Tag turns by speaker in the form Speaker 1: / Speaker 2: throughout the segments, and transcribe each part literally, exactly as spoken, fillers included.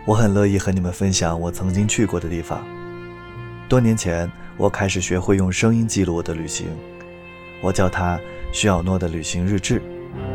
Speaker 1: 我很乐意和你们分享我曾经去过的地方。多年前，我开始学会用声音记录我的旅行，我叫它徐小诺的旅行日志。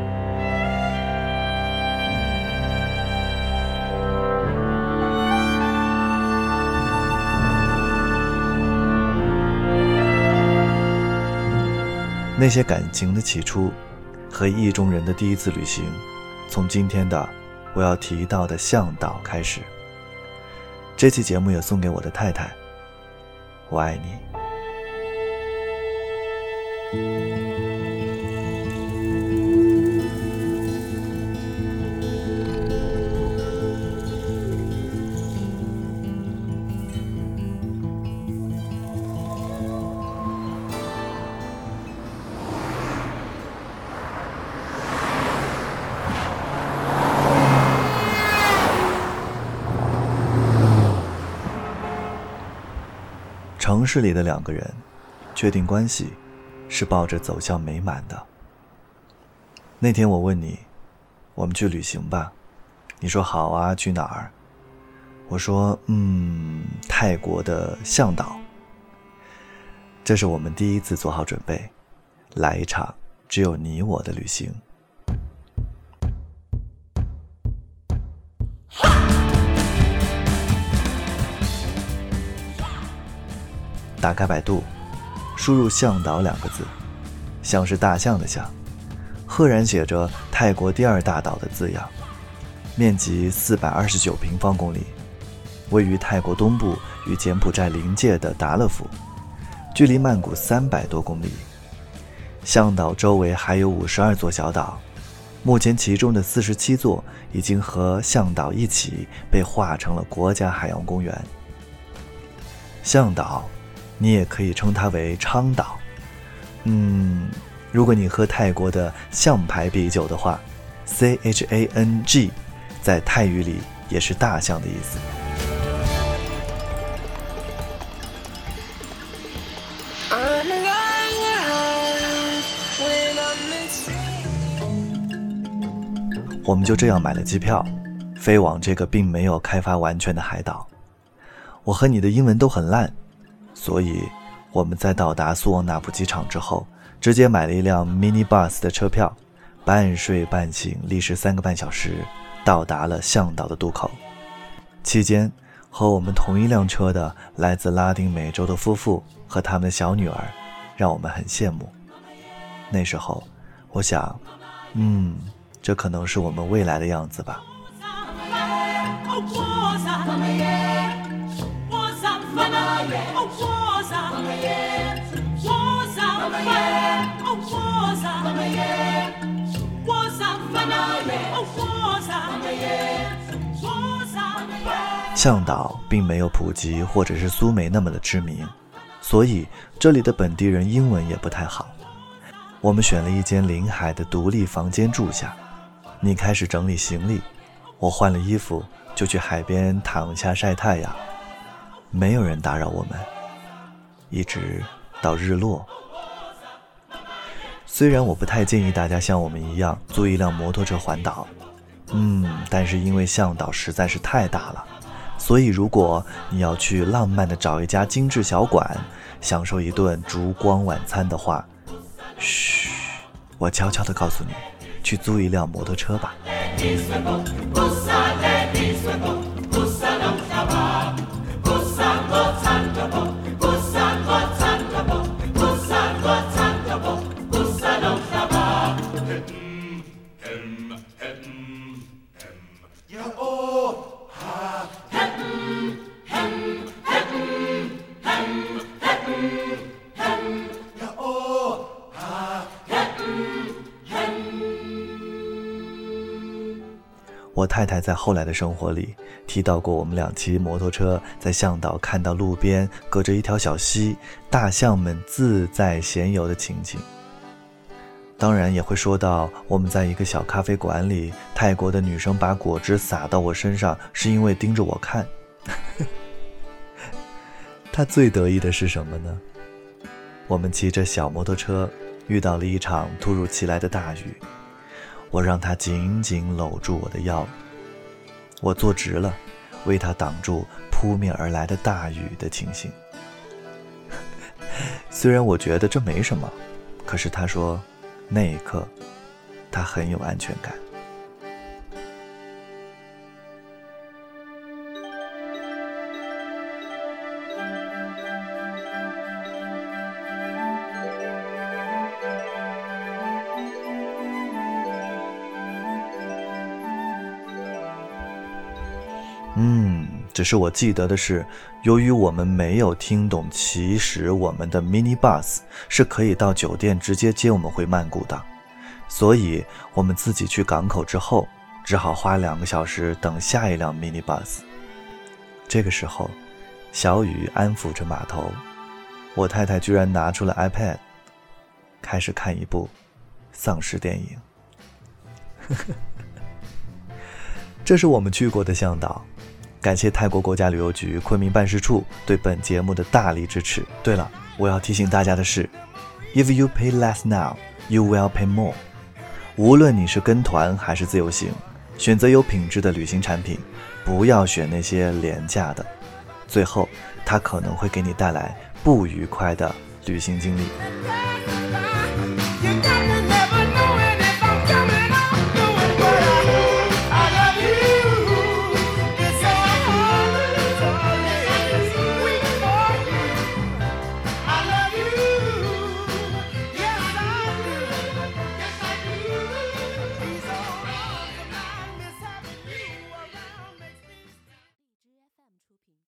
Speaker 1: 那些感情的起初和意中人的第一次旅行，从今天的我要提到的向导开始。这期节目也送给我的太太，我爱你。城市里的两个人确定关系是抱着走向美满的。那天我问你，我们去旅行吧，你说好啊，去哪儿？我说嗯，泰国的向导。这是我们第一次做好准备，来一场只有你我的旅行。打开百度，输入向导两个字，像是大象的象，赫然写着泰国第二大岛的字样，面积四百二十九平方公里，位于泰国东部与柬埔寨邻界的达勒府，距离曼谷三百多公里。向岛周围还有五十二座小岛，目前其中的四十七座已经和向岛一起被划成了国家海洋公园。向岛你也可以称它为昌岛。嗯，如果你喝泰国的象牌啤酒的话， C H A N G 在泰语里也是大象的意思。我们就这样买了机票，飞往这个并没有开发完全的海岛。我和你的英文都很烂，所以我们在到达苏旺纳普机场之后，直接买了一辆 mini bus 的车票，半睡半醒，历时三个半小时，到达了向导的渡口。期间，和我们同一辆车的来自拉丁美洲的夫妇和他们的小女儿，让我们很羡慕。那时候，我想，嗯，这可能是我们未来的样子吧。向导并没有普吉或者是苏梅那么的知名，所以这里的本地人英文也不太好。我们选了一间临海的独立房间住下，你开始整理行李，我换了衣服就去海边躺下晒太阳，没有人打扰我们，一直到日落。虽然我不太建议大家像我们一样租一辆摩托车环岛，嗯，但是因为向导实在是太大了，所以如果你要去浪漫的找一家精致小馆，享受一顿烛光晚餐的话，嘘，我悄悄地告诉你，去租一辆摩托车吧。我太太在后来的生活里提到过我们两骑摩托车在向导看到路边隔着一条小溪大象们自在闲游的情景，当然也会说到我们在一个小咖啡馆里，泰国的女生把果汁洒到我身上是因为盯着我看。她最得意的是什么呢？我们骑着小摩托车遇到了一场突如其来的大雨，我让她紧紧搂住我的腰，我坐直了， 为他挡住扑面而来的大雨的情形。虽然我觉得这没什么，可是他说那一刻他很有安全感。嗯，只是我记得的是，由于我们没有听懂，其实我们的 mini bus 是可以到酒店直接接我们回曼谷的，所以我们自己去港口之后，只好花两个小时等下一辆 mini bus。这个时候，小雨安抚着码头，我太太居然拿出了 iPad， 开始看一部丧尸电影。这是我们去过的向导。感谢泰国国家旅游局昆明办事处对本节目的大力支持。对了，我要提醒大家的是 If you pay less now, you will pay more。 无论你是跟团还是自由行，选择有品质的旅行产品，不要选那些廉价的，最后它可能会给你带来不愉快的旅行经历。